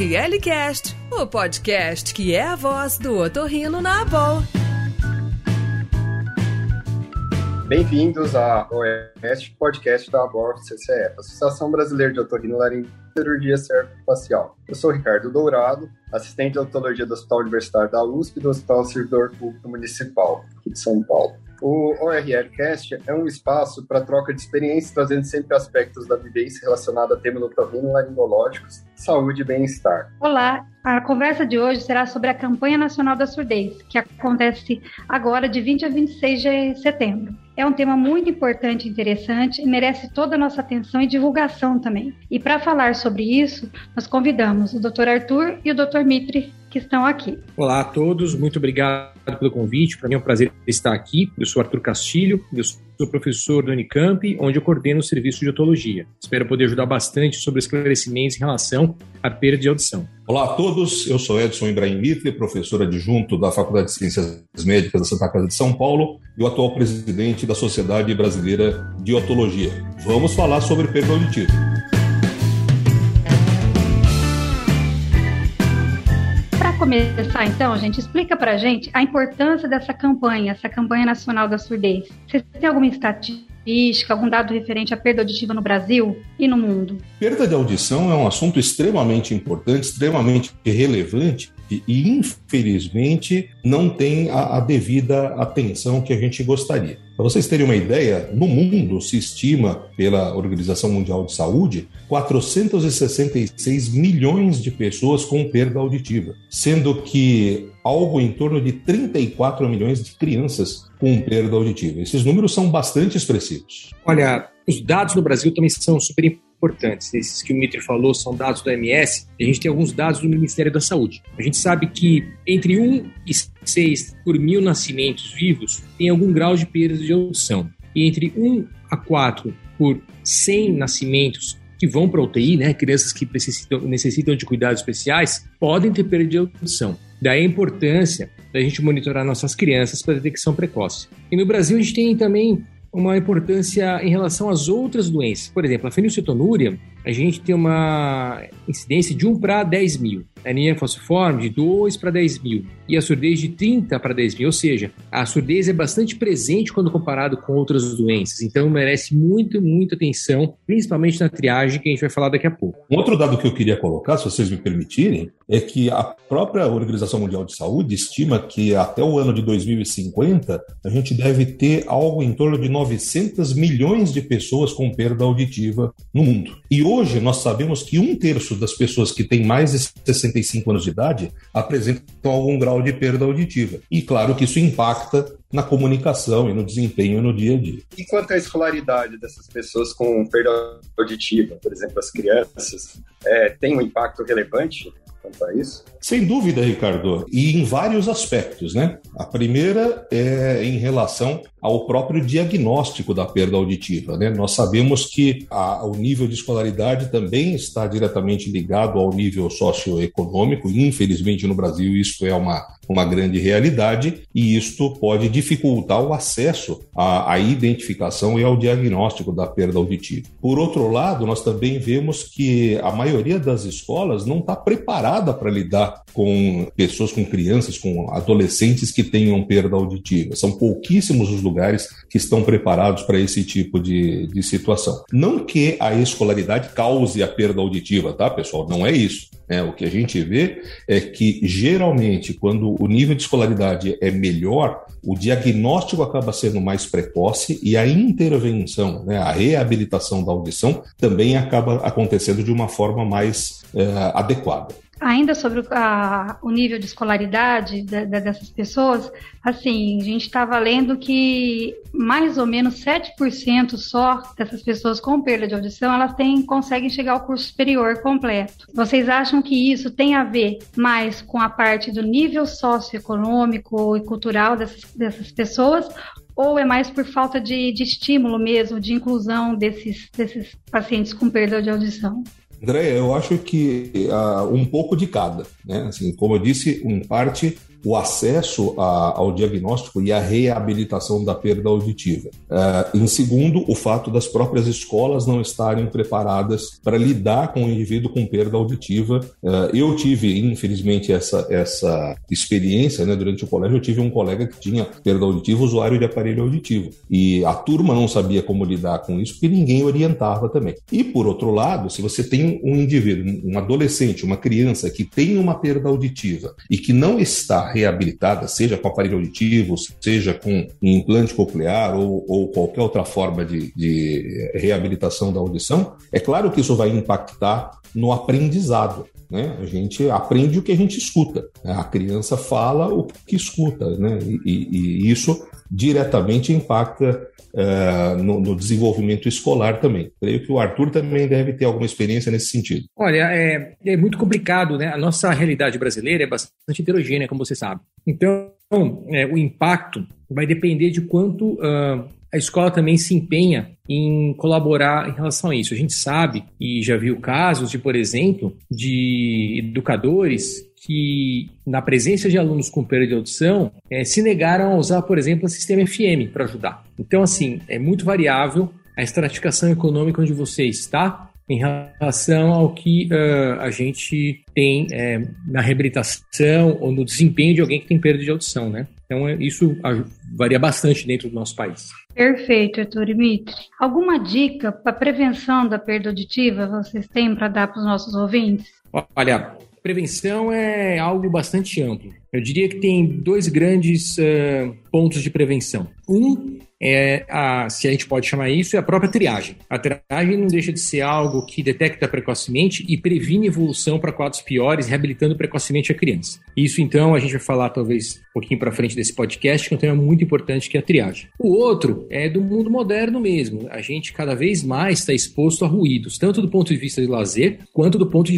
ORLcast, o podcast que é a voz do otorrino na ABOL. Bem-vindos ao ORLcast, podcast da ABOL CCF, Associação Brasileira de Otorrinolaringologia e Cirurgia Cervicofacial. Eu sou Ricardo Dourado, assistente de odontologia do Hospital Universitário da USP e do Hospital Servidor Público Municipal aqui de São Paulo. O ORLcast é um espaço para troca de experiências, trazendo sempre aspectos da vivência relacionada a temas otorrinolaringológicos, saúde e bem-estar. Olá, a conversa de hoje será sobre a Campanha Nacional da Surdez, que acontece agora de 20 a 26 de setembro. É um tema muito importante e interessante e merece toda a nossa atenção e divulgação também. E para falar sobre isso, nós convidamos o Dr. Arthur e o Dr. Mitri, que estão aqui. Olá a todos, muito obrigado pelo convite. Para mim é um prazer estar aqui. Eu sou Arthur Castilho, eu sou professor do Unicamp, onde eu coordeno o serviço de otologia. Espero poder ajudar bastante sobre esclarecimentos em relação à perda de audição. Olá a todos, eu sou Edson Ibrahim Mitri, professor adjunto da Faculdade de Ciências Médicas da Santa Casa de São Paulo e o atual presidente da Sociedade Brasileira de Otologia. Vamos falar sobre perda auditiva. Para começar, então, gente, explica para a gente a importância dessa campanha, essa Campanha Nacional da Surdez. Vocês têm alguma estatística, algum dado referente à perda auditiva no Brasil e no mundo? Perda de audição é um assunto extremamente importante, extremamente relevante e infelizmente, não tem a devida atenção que a gente gostaria. Para vocês terem uma ideia, no mundo se estima, pela Organização Mundial de Saúde, 466 milhões de pessoas com perda auditiva, sendo que algo em torno de 34 milhões de crianças com perda auditiva. Esses números são bastante expressivos. Olha, os dados no Brasil também são super importantes. Esses que o Mitri falou são dados do OMS, e a gente tem alguns dados do Ministério da Saúde. A gente sabe que entre 1 e 6 por 1.000 nascimentos vivos tem algum grau de perda de audição. E entre 1 a 4 por 100 nascimentos que vão para a UTI, né, crianças que necessitam de cuidados especiais, podem ter perda de audição. Daí a importância da gente monitorar nossas crianças para detecção precoce. E no Brasil a gente tem também uma importância em relação às outras doenças. Por exemplo, a fenilcetonúria, a gente tem uma incidência de 1 para 10 mil. A anemia falciforme de 2 para 10 mil. E a surdez de 30 para 10 mil. Ou seja, a surdez é bastante presente quando comparado com outras doenças. Então, merece muita atenção, principalmente na triagem, que a gente vai falar daqui a pouco. Um outro dado que eu queria colocar, se vocês me permitirem, é que a própria Organização Mundial de Saúde estima que até o ano de 2050, a gente deve ter algo em torno de 900 milhões de pessoas com perda auditiva no mundo. E hoje nós sabemos que 1/3 das pessoas que têm mais de 65 anos de idade apresentam algum grau de perda auditiva. E claro que isso impacta na comunicação e no desempenho no dia a dia. E quanto à escolaridade dessas pessoas com perda auditiva, por exemplo, as crianças, tem um impacto relevante quanto a isso? Sem dúvida, Ricardo, e em vários aspectos, né? A primeira é em relação ao próprio diagnóstico da perda auditiva, né? Nós sabemos que o nível de escolaridade também está diretamente ligado ao nível socioeconômico, e infelizmente no Brasil isso é uma grande realidade, e isto pode dificultar o acesso à identificação e ao diagnóstico da perda auditiva. Por outro lado, nós também vemos que a maioria das escolas não está preparada para lidar com pessoas, com crianças, com adolescentes que tenham perda auditiva. São pouquíssimos os lugares que estão preparados para esse tipo de situação. Não que a escolaridade cause a perda auditiva, tá, pessoal? Não é isso. O que a gente vê é que, geralmente, quando o nível de escolaridade é melhor, o diagnóstico acaba sendo mais precoce e a intervenção, a reabilitação da audição também acaba acontecendo de uma forma mais adequada. Ainda sobre o nível de escolaridade dessas pessoas, assim, a gente estava lendo que mais ou menos 7% só dessas pessoas com perda de audição, elas conseguem chegar ao curso superior completo. Vocês acham que isso tem a ver mais com a parte do nível socioeconômico e cultural dessas pessoas, ou é mais por falta de estímulo mesmo, de inclusão desses pacientes com perda de audição? André, eu acho que um pouco de cada, né? Assim, como eu disse, em parte o acesso ao diagnóstico e à reabilitação da perda auditiva. Em segundo, o fato das próprias escolas não estarem preparadas para lidar com o indivíduo com perda auditiva. Eu tive, infelizmente, essa experiência, né? Durante o colégio eu tive um colega que tinha perda auditiva, usuário de aparelho auditivo, e a turma não sabia como lidar com isso porque ninguém orientava também. E por outro lado, se você tem um indivíduo, um adolescente, uma criança que tem uma perda auditiva e que não está reabilitada, seja com aparelho auditivo, seja com implante coclear ou qualquer outra forma de reabilitação da audição, é claro que isso vai impactar no aprendizado, né? A gente aprende o que a gente escuta. A criança fala o que escuta, né? E isso diretamente impacta no desenvolvimento escolar também. Creio que o Arthur também deve ter alguma experiência nesse sentido. Olha, é muito complicado, né? A nossa realidade brasileira é bastante heterogênea, como você sabe. Então, o impacto vai depender de quanto a escola também se empenha em colaborar em relação a isso. A gente sabe, e já viu casos de, por exemplo, de educadores que, na presença de alunos com perda de audição, se negaram a usar, por exemplo, o sistema FM para ajudar. Então, assim, é muito variável a estratificação econômica onde você está em relação ao que a gente tem na reabilitação ou no desempenho de alguém que tem perda de audição, né? Então, isso varia bastante dentro do nosso país. Perfeito, Arthur e Mitri. Alguma dica para prevenção da perda auditiva vocês têm para dar para os nossos ouvintes? Olha, prevenção é algo bastante amplo. Eu diria que tem dois grandes pontos de prevenção. Um se a gente pode chamar isso, é a própria triagem. A triagem não deixa de ser algo que detecta precocemente e previne evolução para quadros piores, reabilitando precocemente a criança. Isso, então, a gente vai falar talvez um pouquinho para frente desse podcast, que é um tema muito importante, que é a triagem. O outro é do mundo moderno mesmo. A gente cada vez mais está exposto a ruídos, tanto do ponto de vista de lazer, quanto do ponto de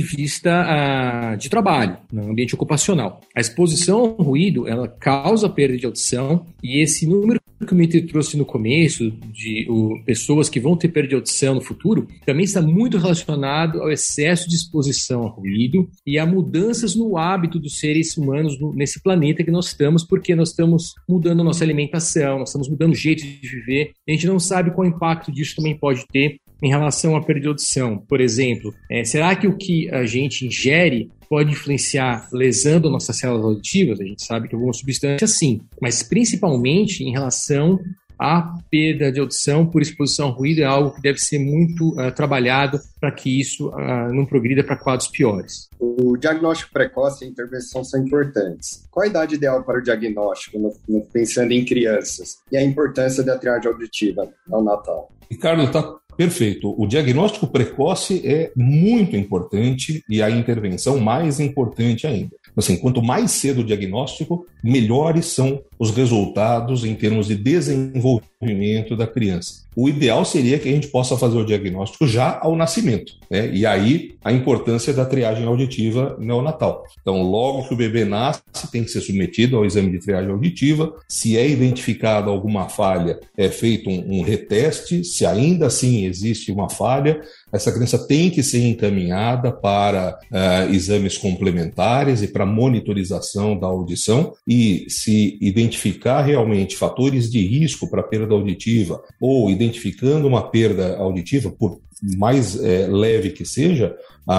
vista de trabalho, no ambiente ocupacional. A exposição ao ruído, ela causa perda de audição, e esse número que o Mitri trouxe no começo, de pessoas que vão ter perda de audição no futuro, também está muito relacionado ao excesso de exposição ao ruído e a mudanças no hábito dos seres humanos nesse planeta que nós estamos, porque nós estamos mudando a nossa alimentação, nós estamos mudando o jeito de viver, e a gente não sabe qual impacto disso também pode ter em relação à perda de audição. Por exemplo, será que o que a gente ingere pode influenciar lesando nossas células auditivas? A gente sabe que algumas substâncias sim, mas principalmente em relação à perda de audição por exposição ao ruído, é algo que deve ser muito trabalhado para que isso não progrida para quadros piores. O diagnóstico precoce e a intervenção são importantes. Qual a idade ideal para o diagnóstico, pensando em crianças? E a importância da triagem auditiva ao Natal? Ricardo, está perfeito. O diagnóstico precoce é muito importante e a intervenção mais importante ainda. Assim, quanto mais cedo o diagnóstico, melhores são os resultados em termos de desenvolvimento da criança. O ideal seria que a gente possa fazer o diagnóstico já ao nascimento, né? E aí a importância da triagem auditiva neonatal. Então, logo que o bebê nasce, tem que ser submetido ao exame de triagem auditiva. Se é identificada alguma falha, é feito um reteste. Se ainda assim existe uma falha, essa criança tem que ser encaminhada para exames complementares e para monitorização da audição, e se identificar realmente fatores de risco para perda auditiva ou identificando uma perda auditiva, por mais leve que seja,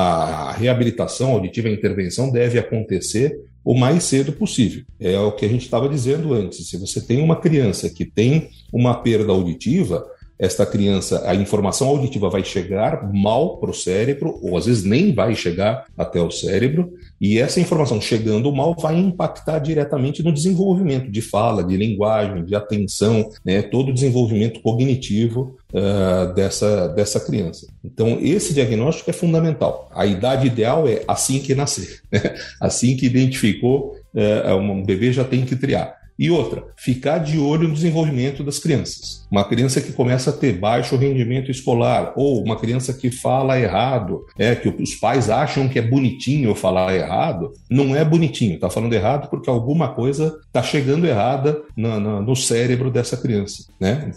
a reabilitação auditiva, a intervenção deve acontecer o mais cedo possível. É o que a gente estava dizendo antes. Se você tem uma criança que tem uma perda auditiva, esta criança, a informação auditiva vai chegar mal para o cérebro, ou às vezes nem vai chegar até o cérebro, e essa informação chegando mal vai impactar diretamente no desenvolvimento de fala, de linguagem, de atenção, né, todo o desenvolvimento cognitivo dessa criança. Então, esse diagnóstico é fundamental. A idade ideal é assim que nascer, né? Assim que identificou, um bebê já tem que triar. E outra, ficar de olho no desenvolvimento das crianças. Uma criança que começa a ter baixo rendimento escolar, ou uma criança que fala errado, que os pais acham que é bonitinho falar errado, não é bonitinho, está falando errado porque alguma coisa está chegando errada no cérebro dessa criança, né? Então,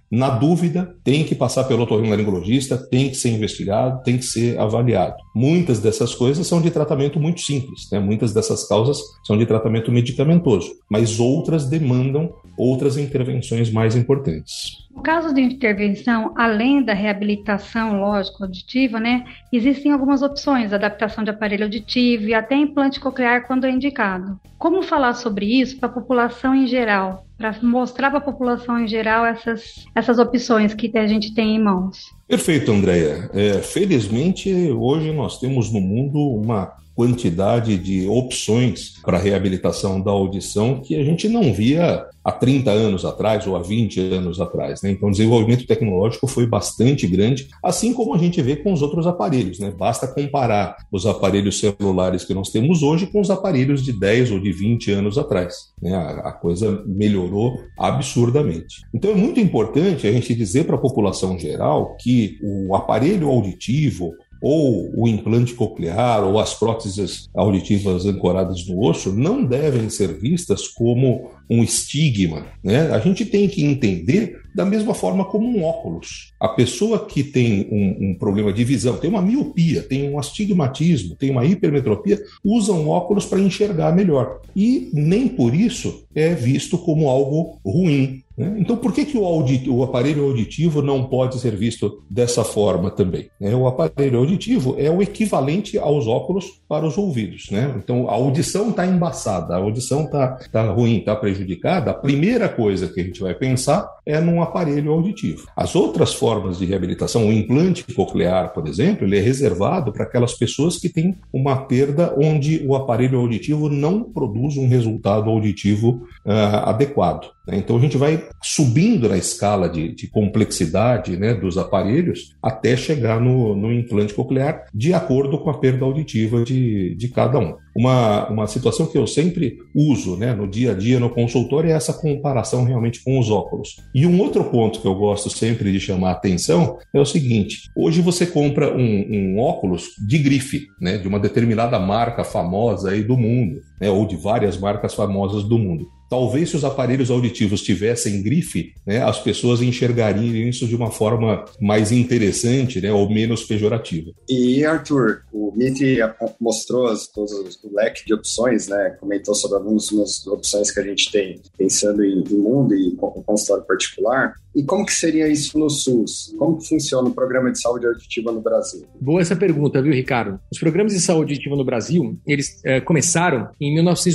Na dúvida, tem que passar pelo otorrinolaringologista, tem que ser investigado, tem que ser avaliado. Muitas dessas coisas são de tratamento muito simples, né? Muitas dessas causas são de tratamento medicamentoso, mas outras demandam outras intervenções mais importantes. No caso de intervenção, além da reabilitação, lógico, auditiva, né, existem algumas opções, adaptação de aparelho auditivo e até implante coclear quando é indicado. Como falar sobre isso para a população em geral? Para mostrar para a população em geral essas opções que a gente tem em mãos. Perfeito, Andréia. Felizmente, hoje nós temos no mundo uma quantidade de opções para a reabilitação da audição que a gente não via há 30 anos atrás ou há 20 anos atrás, né? Então, o desenvolvimento tecnológico foi bastante grande, assim como a gente vê com os outros aparelhos, né? Basta comparar os aparelhos celulares que nós temos hoje com os aparelhos de 10 ou de 20 anos atrás, né? A coisa melhorou absurdamente. Então, é muito importante a gente dizer para a população geral que o aparelho auditivo ou o implante coclear ou as próteses auditivas ancoradas no osso não devem ser vistas como um estigma, né? A gente tem que entender da mesma forma como um óculos. A pessoa que tem um problema de visão, tem uma miopia, tem um astigmatismo, tem uma hipermetropia, usa um óculos para enxergar melhor. E nem por isso é visto como algo ruim. Então, por que o aparelho auditivo não pode ser visto dessa forma também? O aparelho auditivo é o equivalente aos óculos para os ouvidos, né? Então, a audição está embaçada, a audição está ruim, está prejudicada. A primeira coisa que a gente vai pensar é num aparelho auditivo. As outras formas de reabilitação, o implante coclear, por exemplo, ele é reservado para aquelas pessoas que têm uma perda onde o aparelho auditivo não produz um resultado auditivo adequado. Então, a gente vai subindo na escala de complexidade, né, dos aparelhos até chegar no implante coclear de acordo com a perda auditiva de cada um. Uma situação que eu sempre uso, né, no dia a dia no consultório é essa comparação realmente com os óculos. E um outro ponto que eu gosto sempre de chamar a atenção é o seguinte: hoje você compra um óculos de grife, né, de uma determinada marca famosa aí do mundo, né, ou de várias marcas famosas do mundo. Talvez se os aparelhos auditivos tivessem grife, né, as pessoas enxergariam isso de uma forma mais interessante, né, ou menos pejorativa. E, Arthur, o Mitri mostrou o leque de opções, né, comentou sobre algumas opções que a gente tem pensando em mundo e com consultório particular. E como que seria isso no SUS? Como que funciona o Programa de Saúde Auditiva no Brasil? Boa essa pergunta, viu, Ricardo? Os programas de saúde auditiva no Brasil, eles começaram em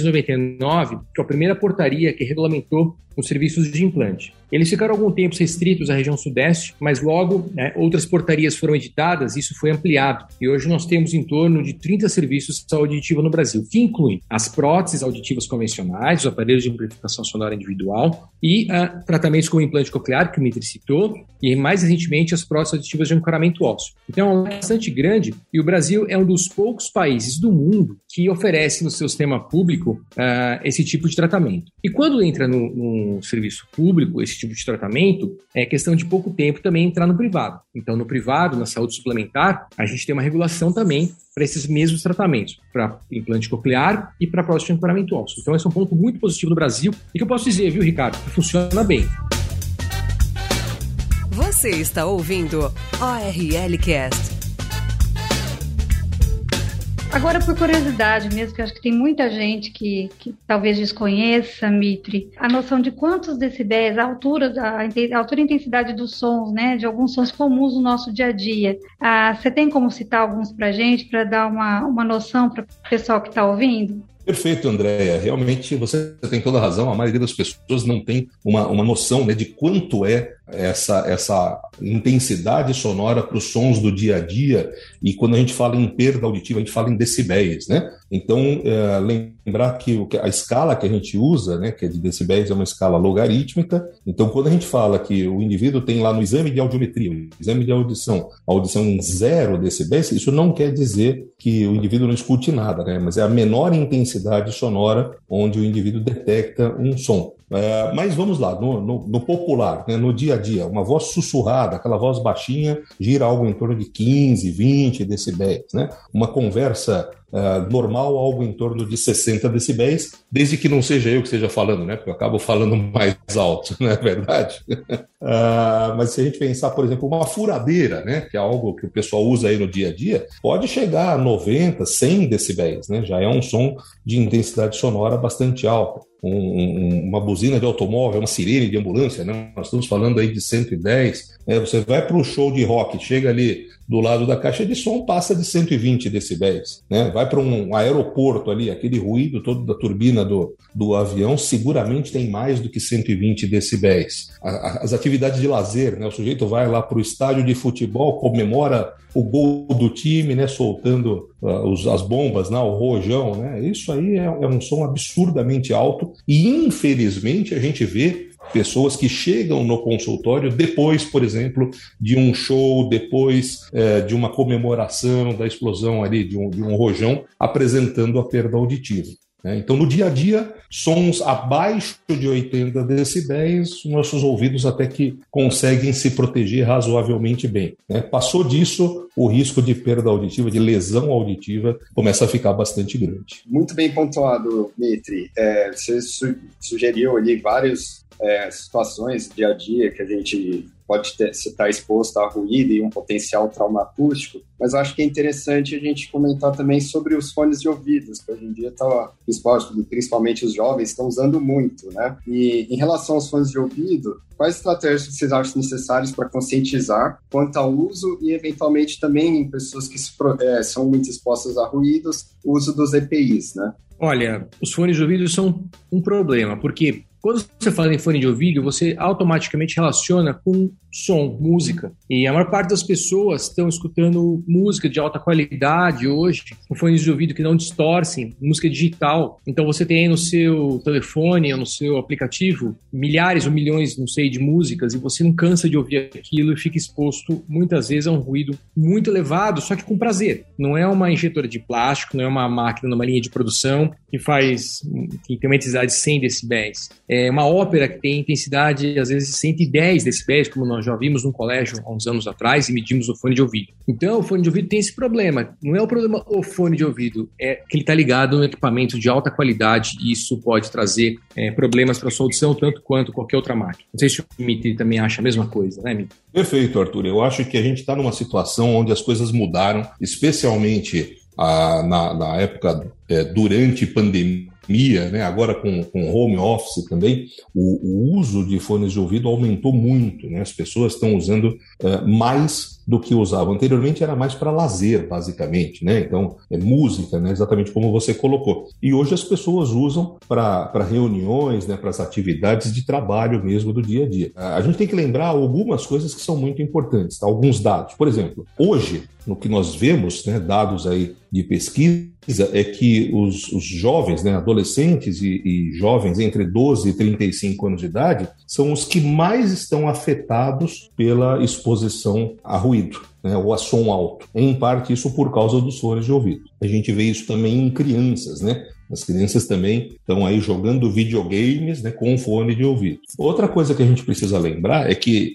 1999, que é a primeira portaria que regulamentou os serviços de implante. Eles ficaram algum tempo restritos à região sudeste, mas logo outras portarias foram editadas e isso foi ampliado. E hoje nós temos em torno de 30 serviços de saúde auditiva no Brasil, que incluem as próteses auditivas convencionais, os aparelhos de amplificação sonora individual e tratamentos como implante coclear, que o Mitri citou, e mais recentemente as próteses auditivas de ancoramento ósseo. Então é um bastante grande e o Brasil é um dos poucos países do mundo que oferece no seu sistema público esse tipo de tratamento. E quando entra no serviço público, esse tipo de tratamento, é questão de pouco tempo também entrar no privado. Então, no privado, na saúde suplementar, a gente tem uma regulação também para esses mesmos tratamentos, para implante coclear e para prótese de ancoramento ósseo. Então, esse é um ponto muito positivo no Brasil e que eu posso dizer, viu, Ricardo, que funciona bem. Você está ouvindo ORL Cast. Agora, por curiosidade mesmo, que eu acho que tem muita gente que talvez desconheça, Mitri, a noção de quantos decibéis, a altura e intensidade dos sons, né, de alguns sons comuns no nosso dia a dia. Você tem como citar alguns para a gente, para dar uma noção para o pessoal que está ouvindo? Perfeito, Andréia. Realmente você tem toda a razão. A maioria das pessoas não tem uma noção, né, de quanto é essa intensidade sonora para os sons do dia a dia. E quando a gente fala em perda auditiva, a gente fala em decibéis, né? Então, lembrar que a escala que a gente usa, né, que é de decibéis, é uma escala logarítmica. Então, quando a gente fala que o indivíduo tem lá no exame de audiometria, o exame de audição em 0 decibéis, isso não quer dizer que o indivíduo não escute nada, né? Mas é a menor intensidade sonora onde o indivíduo detecta um som. Mas vamos lá, no popular, né, no dia a dia, uma voz sussurrada, aquela voz baixinha, gira algo em torno de 15, 20 decibéis, né? Uma conversa normal, algo em torno de 60 decibéis, desde que não seja eu que esteja falando, né? Porque eu acabo falando mais alto, não é verdade? Mas se a gente pensar, por exemplo, uma furadeira, né? Que é algo que o pessoal usa aí no dia a dia, pode chegar a 90, 100 decibéis, né? Já é um som de intensidade sonora bastante alta. Uma buzina de automóvel, uma sirene de ambulância, né? Nós estamos falando aí de 110. Você vai para um show de rock, chega ali do lado da caixa de som, passa de 120 decibéis. Né? Vai para um aeroporto ali, aquele ruído todo da turbina do avião, seguramente tem mais do que 120 decibéis. As atividades de lazer, né? O sujeito vai lá para o estádio de futebol, comemora o gol do time, né? Soltando as bombas, né? O rojão. Né? Isso aí é um som absurdamente alto e, infelizmente, a gente vê pessoas que chegam no consultório depois, por exemplo, de um show, depois de uma comemoração da explosão ali de um rojão, apresentando a perda auditiva. Então, no dia a dia, sons abaixo de 80 decibéis, nossos ouvidos até que conseguem se proteger razoavelmente bem. Passou disso, o risco de perda auditiva, de lesão auditiva, começa a ficar bastante grande. Muito bem pontuado, Mitri. Você sugeriu ali várias situações dia a dia que a gente pode estar exposto a ruído e um potencial trauma acústico, mas eu acho que é interessante a gente comentar também sobre os fones de ouvidos, que hoje em dia principalmente os jovens estão usando muito, né? E em relação aos fones de ouvido, quais estratégias vocês acham necessárias para conscientizar quanto ao uso e, eventualmente, também em pessoas que são muito expostas a ruídos, o uso dos EPIs, né? Olha, os fones de ouvido são um problema, porque quando você fala em fone de ouvido, você automaticamente relaciona com som, música. E a maior parte das pessoas estão escutando música de alta qualidade hoje, com fones de ouvido que não distorcem, música digital. Então você tem aí no seu telefone ou no seu aplicativo milhares ou milhões, não sei, de músicas e você não cansa de ouvir aquilo e fica exposto muitas vezes a um ruído muito elevado, só que com prazer. Não é uma injetora de plástico, não é uma máquina numa linha de produção que tem uma intensidade de 100 decibéis. É uma ópera que tem intensidade, às vezes, 110 decibéis, como nós já vimos num colégio há uns anos atrás e medimos o fone de ouvido. Então, o fone de ouvido tem esse problema. Não é o problema o fone de ouvido, é que ele está ligado a um equipamento de alta qualidade e isso pode trazer problemas para a sua audição, tanto quanto qualquer outra máquina. Não sei se o Mitri também acha a mesma coisa, né, Mitri? Perfeito, Arthur. Eu acho que a gente está numa situação onde as coisas mudaram, especialmente na época durante pandemia, né? Agora com home office também, o uso de fones de ouvido aumentou muito, né? As pessoas estão usando mais do que usavam. Anteriormente era mais para lazer, basicamente, né? Então, música, né? Exatamente como você colocou. E hoje as pessoas usam para reuniões, né? Para as atividades de trabalho mesmo do dia a dia. A gente tem que lembrar algumas coisas que são muito importantes, tá? Alguns dados. Por exemplo, hoje, no que nós vemos, né? Dados aí de pesquisa, é que os jovens, né, adolescentes e jovens entre 12 e 35 anos de idade são os que mais estão afetados pela exposição a ruído, né, ou a som alto. Em parte isso por causa dos fones de ouvido. A gente vê isso também em crianças, né? As crianças também estão aí jogando videogames, né, com fone de ouvido. Outra coisa que a gente precisa lembrar é que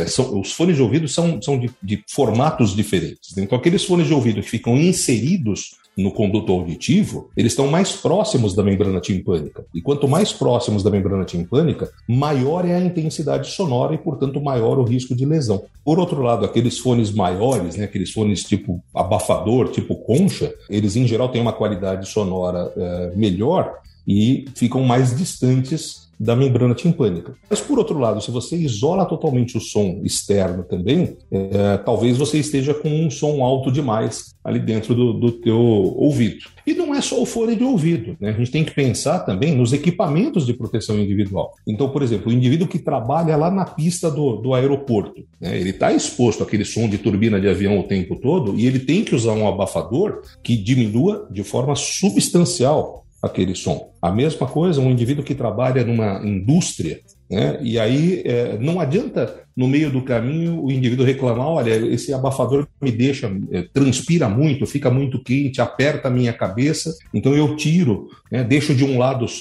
os fones de ouvido são de formatos diferentes. Né? Então, aqueles fones de ouvido que ficam inseridos no conduto auditivo, eles estão mais próximos da membrana timpânica. E quanto mais próximos da membrana timpânica, maior é a intensidade sonora e, portanto, maior o risco de lesão. Por outro lado, aqueles fones maiores, né, aqueles fones tipo abafador, tipo concha, eles, em geral, têm uma qualidade sonora melhor e ficam mais distantes da membrana timpânica. Mas, por outro lado, se você isola totalmente o som externo também, talvez você esteja com um som alto demais ali dentro do teu ouvido. E não é só o fone de ouvido, né? A gente tem que pensar também nos equipamentos de proteção individual. Então, por exemplo, o indivíduo que trabalha lá na pista do aeroporto, né? Ele está exposto àquele som de turbina de avião o tempo todo e ele tem que usar um abafador que diminua de forma substancial aquele som. A mesma coisa, um indivíduo que trabalha numa indústria, né? E aí não adianta, no meio do caminho, o indivíduo reclamar, olha, esse abafador me deixa, transpira muito, fica muito quente, aperta a minha cabeça, então eu tiro, né? Deixo de um lado só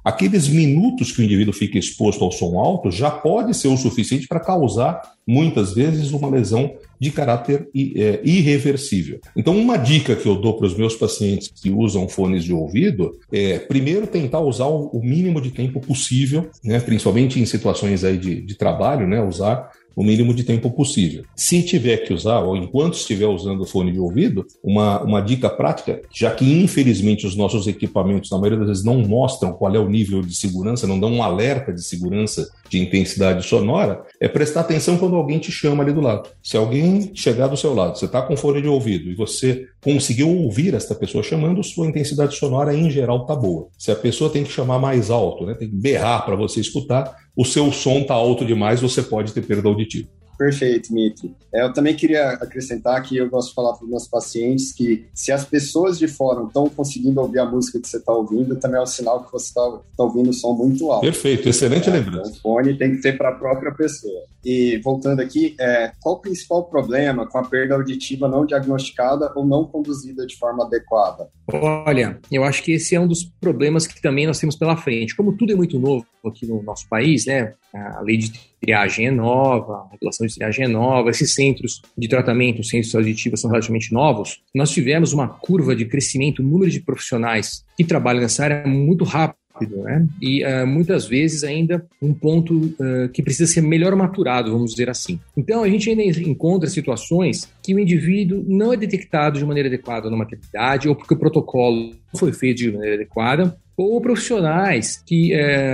aqueles minutos que o indivíduo fica exposto ao som alto já pode ser o suficiente para causar, muitas vezes, uma lesão de caráter irreversível. Então, uma dica que eu dou para os meus pacientes que usam fones de ouvido é, primeiro, tentar usar o mínimo de tempo possível, né, principalmente em situações aí de trabalho, né, usar o mínimo de tempo possível. Se tiver que usar, ou enquanto estiver usando o fone de ouvido, uma dica prática, já que infelizmente os nossos equipamentos, na maioria das vezes, não mostram qual é o nível de segurança, não dão um alerta de segurança de intensidade sonora, é prestar atenção quando alguém te chama ali do lado. Se alguém chegar do seu lado, você está com fone de ouvido e você conseguiu ouvir essa pessoa chamando, sua intensidade sonora em geral está boa. Se a pessoa tem que chamar mais alto, né, tem que berrar para você escutar, o seu som está alto demais, você pode ter perda auditiva. Perfeito, Mitri. Eu também queria acrescentar que eu gosto de falar para os meus pacientes que se as pessoas de fora estão conseguindo ouvir a música que você está ouvindo, também é um sinal que você está ouvindo um som muito alto. Perfeito, excelente lembrança. Então, o fone tem que ser para a própria pessoa. E voltando aqui, qual o principal problema com a perda auditiva não diagnosticada ou não conduzida de forma adequada? Olha, eu acho que esse é um dos problemas que também nós temos pela frente. Como tudo é muito novo aqui no nosso país, né? A lei de triagem é nova, a regulação de triagem é nova, esses centros de tratamento, centros auditivos são relativamente novos. Nós tivemos uma curva de crescimento, número de profissionais que trabalham nessa área muito rápido, né? E muitas vezes ainda um ponto que precisa ser melhor maturado, vamos dizer assim. Então a gente ainda encontra situações que o indivíduo não é detectado de maneira adequada na maternidade, ou porque o protocolo não foi feito de maneira adequada, ou profissionais que,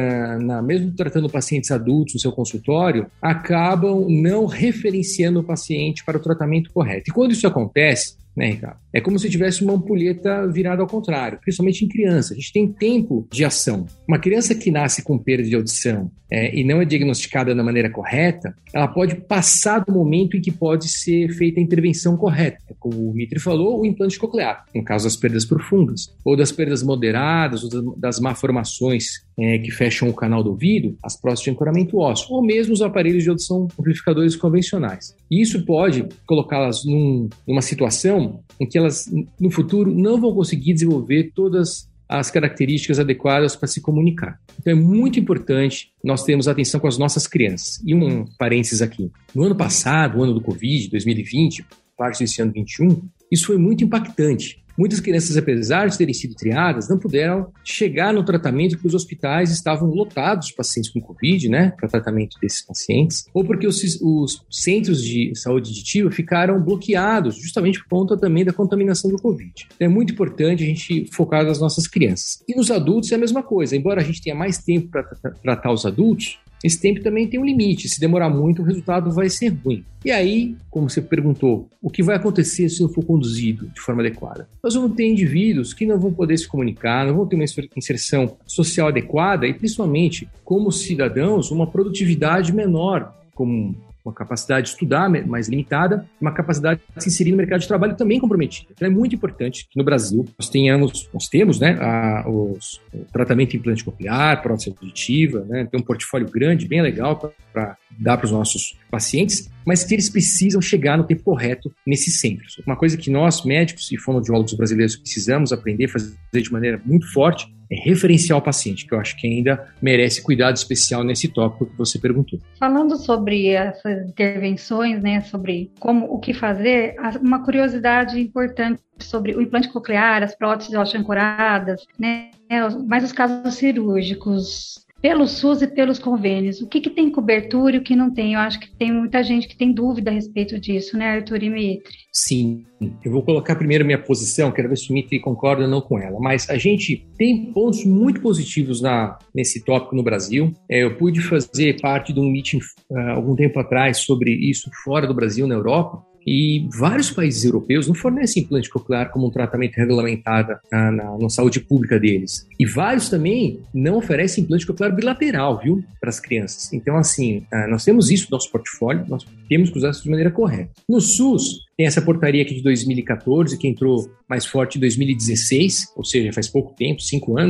mesmo tratando pacientes adultos no seu consultório, acabam não referenciando o paciente para o tratamento correto. E quando isso acontece, né, Ricardo, é como se tivesse uma ampulheta virada ao contrário, principalmente em criança. A gente tem tempo de ação. Uma criança que nasce com perda de audição e não é diagnosticada da maneira correta, ela pode passar do momento em que pode ser feita a intervenção correta. Como o Mitri falou, o implante coclear, no caso das perdas profundas, ou das perdas moderadas, ou das malformações que fecham o canal do ouvido, as próteses de ancoramento ósseo, ou mesmo os aparelhos de audição amplificadores convencionais. E isso pode colocá-las numa situação em que elas, no futuro, não vão conseguir desenvolver todas as características adequadas para se comunicar. Então é muito importante nós termos atenção com as nossas crianças. E um parênteses aqui. No ano passado, o ano do Covid, 2020, parte desse ano 2021, isso foi muito impactante. Muitas crianças, apesar de terem sido triadas, não puderam chegar no tratamento porque os hospitais estavam lotados de pacientes com Covid, né, para tratamento desses pacientes, ou porque os centros de saúde auditiva ficaram bloqueados, justamente por conta também da contaminação do Covid. Então é muito importante a gente focar nas nossas crianças. E nos adultos é a mesma coisa, embora a gente tenha mais tempo para tratar os adultos, esse tempo também tem um limite. Se demorar muito, o resultado vai ser ruim. E aí, como você perguntou, o que vai acontecer se não for conduzido de forma adequada? Nós vamos ter indivíduos que não vão poder se comunicar, não vão ter uma inserção social adequada e, principalmente, como cidadãos, uma produtividade menor, como uma capacidade de estudar mais limitada, uma capacidade de se inserir no mercado de trabalho também comprometida. Então é muito importante que no Brasil nós temos, né, o tratamento implante coclear, prótese auditiva, né, tem um portfólio grande, bem legal para dar para os nossos pacientes, mas que eles precisam chegar no tempo correto nesses centros. Uma coisa que nós, médicos e fonoaudiólogos brasileiros, precisamos aprender a fazer de maneira muito forte é referenciar o paciente, que eu acho que ainda merece cuidado especial nesse tópico que você perguntou. Falando sobre essas intervenções, né, sobre o que fazer, uma curiosidade importante sobre o implante coclear, as próteses ancoradas, né, mas os casos cirúrgicos, pelo SUS e pelos convênios, o que tem cobertura e o que não tem? Eu acho que tem muita gente que tem dúvida a respeito disso, né, Arthur e Mitri? Sim, eu vou colocar primeiro minha posição, quero ver se o Mitri concorda ou não com ela, mas a gente tem pontos muito positivos nesse tópico no Brasil. Eu pude fazer parte de um meeting algum tempo atrás sobre isso fora do Brasil, na Europa, e vários países europeus não fornecem implante coclear como um tratamento regulamentado na saúde pública deles. E vários também não oferecem implante coclear bilateral, viu, para as crianças. Então, assim, nós temos isso no nosso portfólio, nós temos que usar isso de maneira correta. No SUS, tem essa portaria aqui de 2014, que entrou mais forte em 2016, ou seja, faz pouco tempo, 5 anos,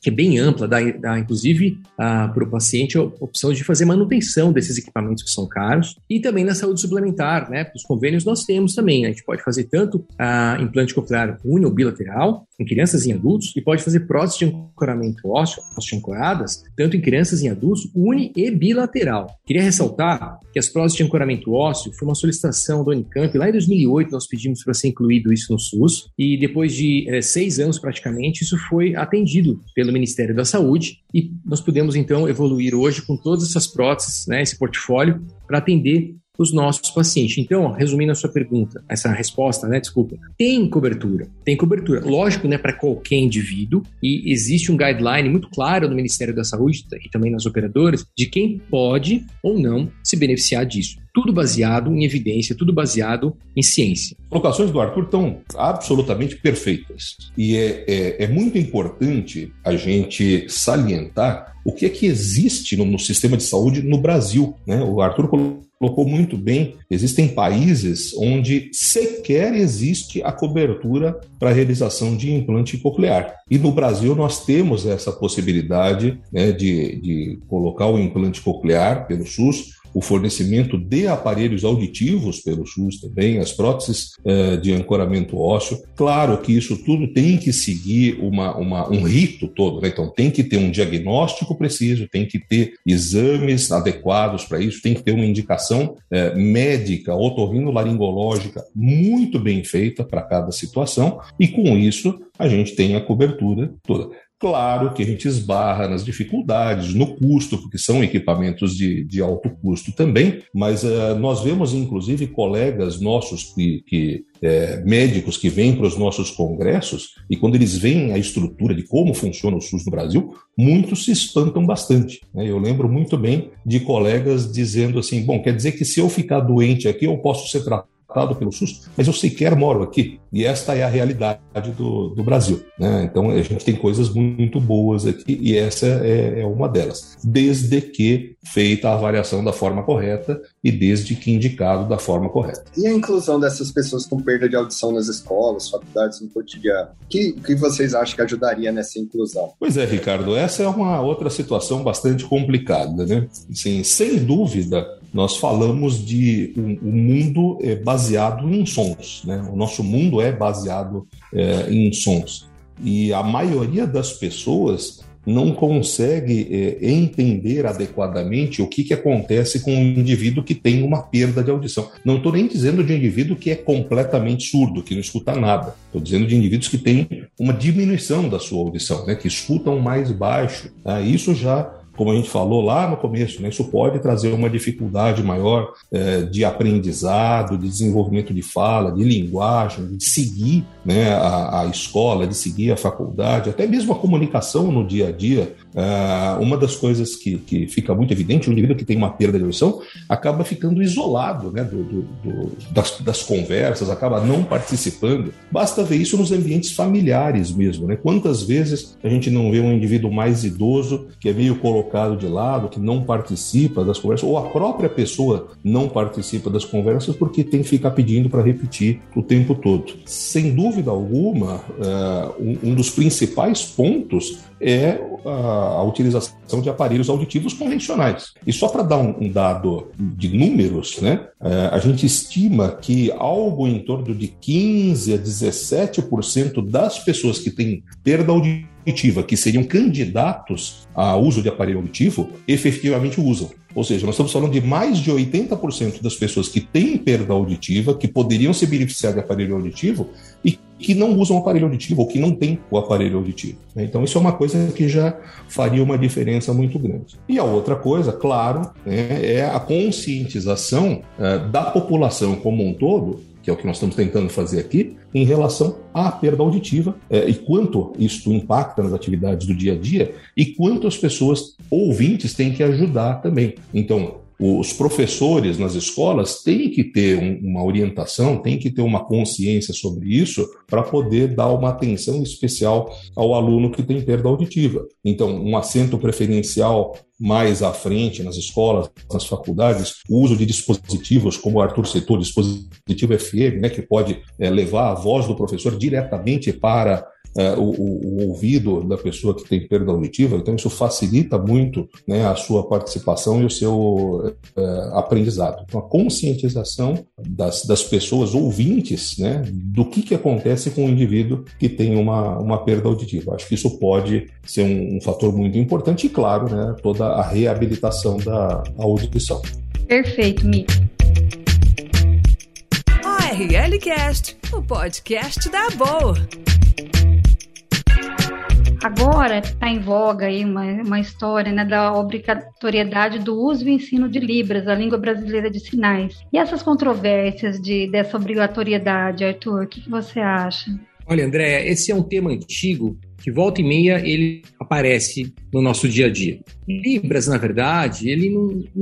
que é bem ampla, dá inclusive para o paciente a opção de fazer manutenção desses equipamentos que são caros, e também na saúde suplementar, né? Os convênios nós temos também, a gente pode fazer tanto implante coclear uni ou bilateral em crianças e em adultos, e pode fazer prótese de ancoramento ósseo, osteoancoradas, tanto em crianças e em adultos, uni e bilateral. Queria ressaltar que as próteses de ancoramento ósseo foi uma solicitação do Unicamp, lá em 2008 nós pedimos para ser incluído isso no SUS, e depois de 6 anos praticamente, isso foi atendido pelo Ministério da Saúde, e nós podemos então evoluir hoje com todas essas próteses, né, esse portfólio, para atender os nossos pacientes. Então, resumindo a sua pergunta, essa resposta, né, desculpa, tem cobertura. Lógico, né, para qualquer indivíduo, e existe um guideline muito claro no Ministério da Saúde e também nas operadoras de quem pode ou não se beneficiar disso. Tudo baseado em evidência, tudo baseado em ciência. As colocações do Arthur estão absolutamente perfeitas. E é muito importante a gente salientar o que é que existe no sistema de saúde no Brasil, né? O Arthur colocou muito bem, existem países onde sequer existe a cobertura para a realização de implante coclear. E no Brasil nós temos essa possibilidade, né, de colocar o implante coclear pelo SUS, o fornecimento de aparelhos auditivos pelo SUS também, as próteses de ancoramento ósseo. Claro que isso tudo tem que seguir um rito todo, né? Então tem que ter um diagnóstico preciso, tem que ter exames adequados para isso, tem que ter uma indicação médica, otorrinolaringológica muito bem feita para cada situação, e com isso a gente tem a cobertura toda. Claro que a gente esbarra nas dificuldades, no custo, porque são equipamentos de alto custo também, mas nós vemos, inclusive, colegas nossos médicos que vêm para os nossos congressos, e quando eles veem a estrutura de como funciona o SUS no Brasil, muitos se espantam bastante, né? Eu lembro muito bem de colegas dizendo assim, bom, quer dizer que se eu ficar doente aqui, eu posso ser tratado pelo SUS, mas eu sequer moro aqui. E esta é a realidade do Brasil, né? Então a gente tem coisas muito boas aqui, e essa é uma delas, desde que feita a avaliação da forma correta e desde que indicado da forma correta. E a inclusão dessas pessoas com perda de audição nas escolas, faculdades, no cotidiano? O que vocês acham que ajudaria nessa inclusão? Pois é, Ricardo, essa é uma outra situação bastante complicada, né? Assim, sem dúvida, nós falamos de um mundo baseado em sons, né? O nosso mundo é baseado em sons. E a maioria das pessoas não consegue entender adequadamente o que acontece com um indivíduo que tem uma perda de audição. Não estou nem dizendo de um indivíduo que é completamente surdo, que não escuta nada. Estou dizendo de indivíduos que têm uma diminuição da sua audição, né? Que escutam mais baixo. Tá? Isso já, como a gente falou lá no começo, né, isso pode trazer uma dificuldade maior de aprendizado, de desenvolvimento de fala, de linguagem, de seguir, né, a escola, de seguir a faculdade, até mesmo a comunicação no dia a dia. Uma das coisas que fica muito evidente, o indivíduo que tem uma perda de audição acaba ficando isolado, né, das conversas, acaba não participando. Basta ver isso nos ambientes familiares mesmo, né? Quantas vezes a gente não vê um indivíduo mais idoso que é meio colocado de lado, que não participa das conversas, ou a própria pessoa não participa das conversas porque tem que ficar pedindo para repetir o tempo todo. Sem dúvida alguma, um dos principais pontos é a utilização de aparelhos auditivos convencionais. E só para dar um dado de números, né, a gente estima que algo em torno de 15% a 17% das pessoas que têm perda auditiva, que seriam candidatos ao uso de aparelho auditivo, efetivamente usam. Ou seja, nós estamos falando de mais de 80% das pessoas que têm perda auditiva, que poderiam se beneficiar de aparelho auditivo e que não usam o aparelho auditivo ou que não têm o aparelho auditivo. Então isso é uma coisa que já faria uma diferença muito grande. E a outra coisa, claro, é a conscientização da população como um todo, que é o que nós estamos tentando fazer aqui, em relação à perda auditiva e quanto isso impacta nas atividades do dia a dia e quanto as pessoas ouvintes têm que ajudar também. Então, os professores nas escolas têm que ter uma orientação, têm que ter uma consciência sobre isso para poder dar uma atenção especial ao aluno que tem perda auditiva. Então, um assento preferencial mais à frente nas escolas, nas faculdades, o uso de dispositivos, como o Arthur citou, dispositivo FM, né, que pode levar a voz do professor diretamente para o ouvido da pessoa que tem perda auditiva, então isso facilita muito, né, a sua participação e o seu aprendizado. Então a conscientização das pessoas ouvintes, né, do que acontece com o indivíduo que tem uma perda auditiva. Acho que isso pode ser um fator muito importante e, claro, né, toda a reabilitação da audição. Perfeito, Mico. ORLcast, o podcast da ABOL. Agora está em voga aí uma história, né, da obrigatoriedade do uso e ensino de Libras, a língua brasileira de sinais. E essas controvérsias dessa obrigatoriedade, Arthur, o que você acha? Olha, Andréa, esse é um tema antigo que volta e meia ele aparece no nosso dia a dia. Libras, na verdade, ele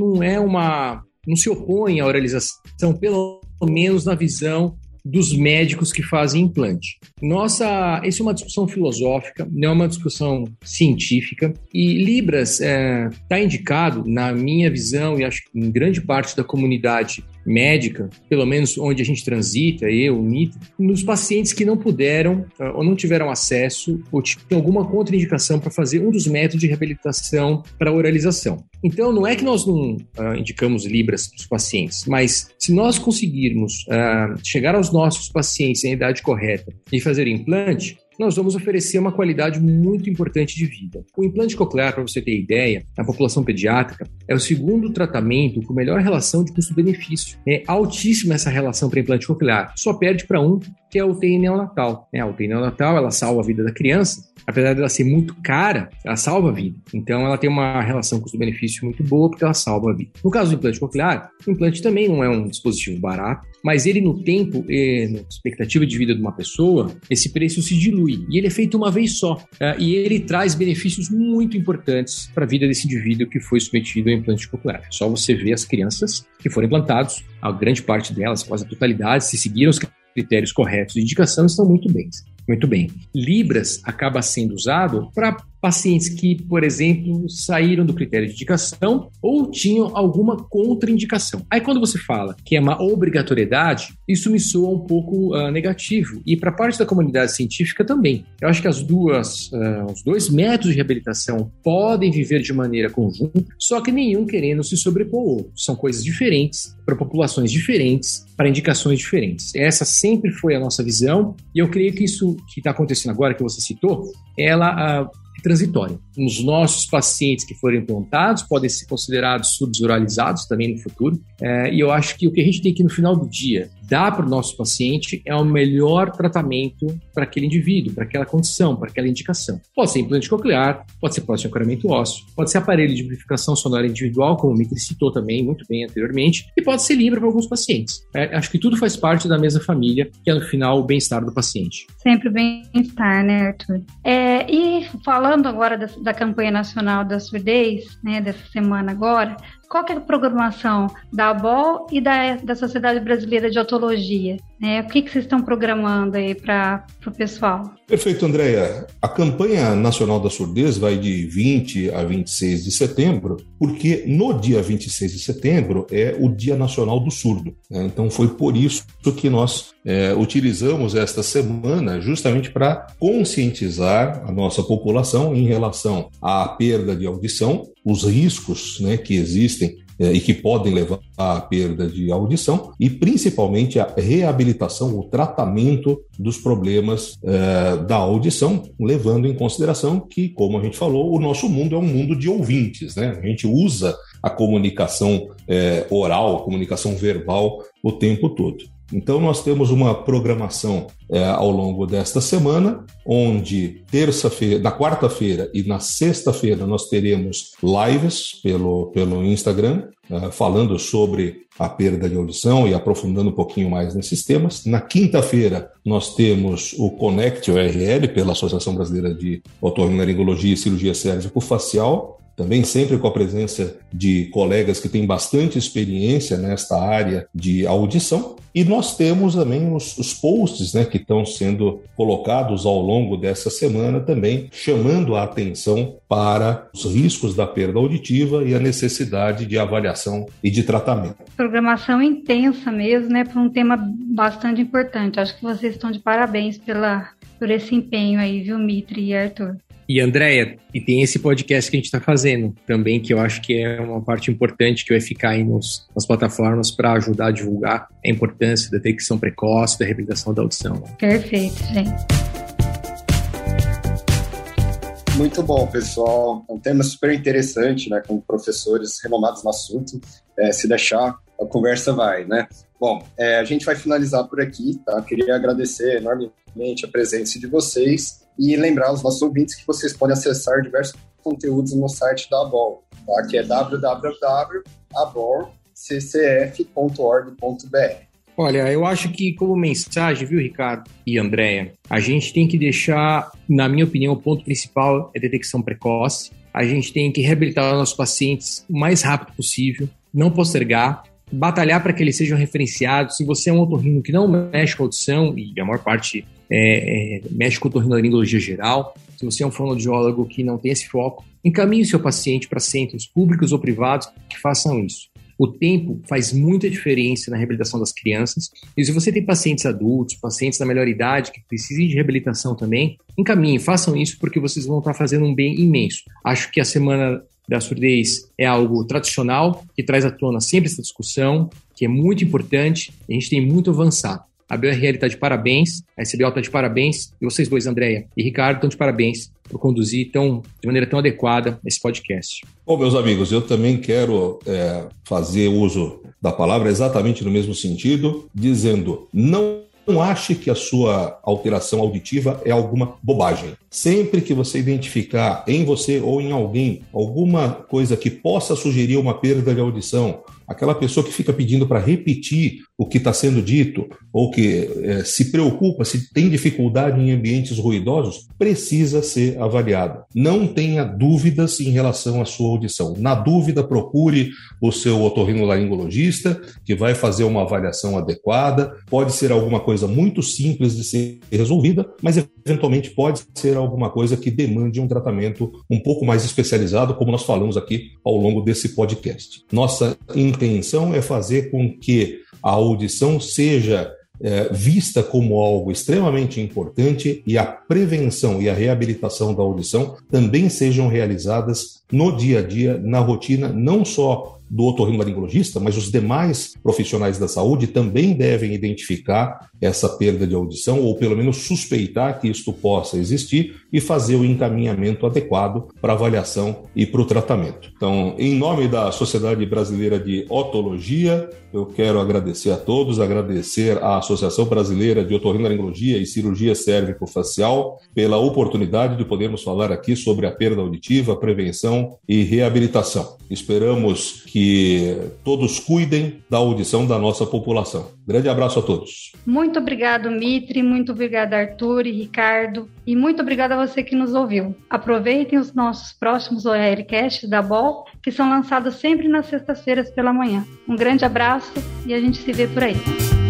não se opõe à oralização, pelo menos na visão dos médicos que fazem implante. Essa é uma discussão filosófica, não é uma discussão científica, e Libras está indicado, na minha visão, e acho que em grande parte da comunidade médica, pelo menos onde a gente transita, eu, o Mitre, nos pacientes que não puderam ou não tiveram acesso ou tinham alguma contraindicação para fazer um dos métodos de reabilitação para oralização. Então, não é que nós não indicamos Libras para os pacientes, mas se nós conseguirmos chegar aos nossos pacientes em idade correta e fazer implante, nós vamos oferecer uma qualidade muito importante de vida. O implante coclear, para você ter ideia, na população pediátrica, é o segundo tratamento com melhor relação de custo-benefício. É altíssima essa relação para implante coclear. Só perde para um, que é a UTI neonatal. A UTI neonatal, ela salva a vida da criança. Apesar dela ser muito cara, ela salva a vida. Então, ela tem uma relação custo-benefício muito boa, porque ela salva a vida. No caso do implante coclear, o implante também não é um dispositivo barato, mas ele no tempo e na expectativa de vida de uma pessoa, esse preço se dilui. E ele é feito uma vez só. E ele traz benefícios muito importantes para a vida desse indivíduo que foi submetido ao implante coclear. Só você ver as crianças que foram implantadas, a grande parte delas, quase a totalidade, se seguiram os critérios corretos de indicação, estão muito bem. Muito bem. Libras acaba sendo usado para pacientes que, por exemplo, saíram do critério de indicação ou tinham alguma contraindicação. Aí quando você fala que é uma obrigatoriedade, isso me soa um pouco negativo. E para parte da comunidade científica também. Eu acho que os dois métodos de reabilitação podem viver de maneira conjunta, só que nenhum querendo se sobrepor ao outro. São coisas diferentes, para populações diferentes, para indicações diferentes. Essa sempre foi a nossa visão, e eu creio que isso que está acontecendo agora, que você citou, ela é transitória. Os nossos pacientes que forem implantados podem ser considerados surdos oralizados também no futuro, e eu acho que o que a gente tem que no final do dia dar para o nosso paciente é o melhor tratamento para aquele indivíduo, para aquela condição, para aquela indicação. Pode ser implante coclear, pode ser prótese de ancoramento ósseo, pode ser aparelho de amplificação sonora individual, como o Mitre citou também muito bem anteriormente, e pode ser Libra para alguns pacientes. Acho que tudo faz parte da mesma família, que é no final o bem-estar do paciente. Sempre o bem-estar, né, Arthur? E falando agora da campanha nacional da surdez, né, dessa semana agora, qual que é a programação da ABOL e da Sociedade Brasileira de Otologia? O que vocês estão programando aí para o pessoal? Perfeito, Andréa. A campanha nacional da surdez vai de 20 a 26 de setembro, porque no dia 26 de setembro é o Dia Nacional do Surdo. Então foi por isso que nós utilizamos esta semana justamente para conscientizar a nossa população em relação à perda de audição, os riscos, né, que existem e que podem levar à perda de audição e principalmente a reabilitação, o tratamento dos problemas da audição, levando em consideração que, como a gente falou, o nosso mundo é um mundo de ouvintes, né? A gente usa a comunicação oral, a comunicação verbal o tempo todo. Então, nós temos uma programação ao longo desta semana, onde na quarta-feira e na sexta-feira nós teremos lives pelo Instagram, falando sobre a perda de audição e aprofundando um pouquinho mais nesses temas. Na quinta-feira, nós temos o Connect ORL, pela Associação Brasileira de Otorrinolaringologia e Cirurgia Cérvico-Facial, também sempre com a presença de colegas que têm bastante experiência nesta área de audição. E nós temos também os posts, né, que estão sendo colocados ao longo dessa semana também, chamando a atenção para os riscos da perda auditiva e a necessidade de avaliação e de tratamento. Programação intensa mesmo, né, para um tema bastante importante. Acho que vocês estão de parabéns por esse empenho aí, viu, Mitri e Arthur? E Andréia, e tem esse podcast que a gente está fazendo também, que eu acho que é uma parte importante que vai ficar aí nas plataformas para ajudar a divulgar a importância da detecção precoce, da reabilitação da audição. Perfeito, gente. Muito bom, pessoal. É um tema super interessante, né? Com professores renomados no assunto. Se deixar, a conversa vai, né? Bom, a gente vai finalizar por aqui, tá? Queria agradecer enormemente a presença de vocês e lembrar aos nossos ouvintes que vocês podem acessar diversos conteúdos no site da ABOR, tá? Que é www.aborccf.org.br. Olha, eu acho que como mensagem, viu, Ricardo e Andréia, a gente tem que deixar, na minha opinião, o ponto principal é detecção precoce. A gente tem que reabilitar nossos pacientes o mais rápido possível, não postergar, batalhar para que eles sejam referenciados. Se você é um otorrino que não mexe com audição, e a maior parte mexe com otorrinolaringologia geral, se você é um fonoaudiólogo que não tem esse foco, encaminhe o seu paciente para centros públicos ou privados que façam isso. O tempo faz muita diferença na reabilitação das crianças. E se você tem pacientes adultos, pacientes da melhor idade que precisem de reabilitação também, encaminhem, façam isso porque vocês vão estar fazendo um bem imenso. Acho que a Semana da Surdez é algo tradicional, que traz à tona sempre essa discussão, que é muito importante, e a gente tem muito avançado. A BRL está de parabéns, a SBL está de parabéns, e vocês dois, Andréia e Ricardo, estão de parabéns por conduzir de maneira tão adequada esse podcast. Bom, meus amigos, eu também quero fazer uso da palavra exatamente no mesmo sentido, dizendo, não ache que a sua alteração auditiva é alguma bobagem. Sempre que você identificar em você ou em alguém alguma coisa que possa sugerir uma perda de audição, aquela pessoa que fica pedindo para repetir o que está sendo dito, ou que se preocupa, se tem dificuldade em ambientes ruidosos, precisa ser avaliada. Não tenha dúvidas em relação à sua audição. Na dúvida, procure o seu otorrinolaringologista, que vai fazer uma avaliação adequada. Pode ser alguma coisa muito simples de ser resolvida, mas eventualmente pode ser alguma coisa que demande um tratamento um pouco mais especializado, como nós falamos aqui ao longo desse podcast. Nossa intenção é fazer com que a audição seja vista como algo extremamente importante e a prevenção e a reabilitação da audição também sejam realizadas no dia a dia, na rotina, não só do otorrinolaringologista, mas os demais profissionais da saúde também devem identificar essa perda de audição ou pelo menos suspeitar que isto possa existir e fazer o encaminhamento adequado para avaliação e para o tratamento. Então, em nome da Sociedade Brasileira de Otologia, eu quero agradecer a todos, agradecer à Associação Brasileira de Otorrinolaringologia e Cirurgia Cérvico-Facial pela oportunidade de podermos falar aqui sobre a perda auditiva, prevenção e reabilitação. Esperamos que todos cuidem da audição da nossa população. Grande abraço a todos. Muito obrigado, Mitri, muito obrigado, Arthur e Ricardo, e muito obrigado a você que nos ouviu. Aproveitem os nossos próximos OERcasts da BOL, que são lançados sempre nas sextas-feiras pela manhã. Um grande abraço e a gente se vê por aí.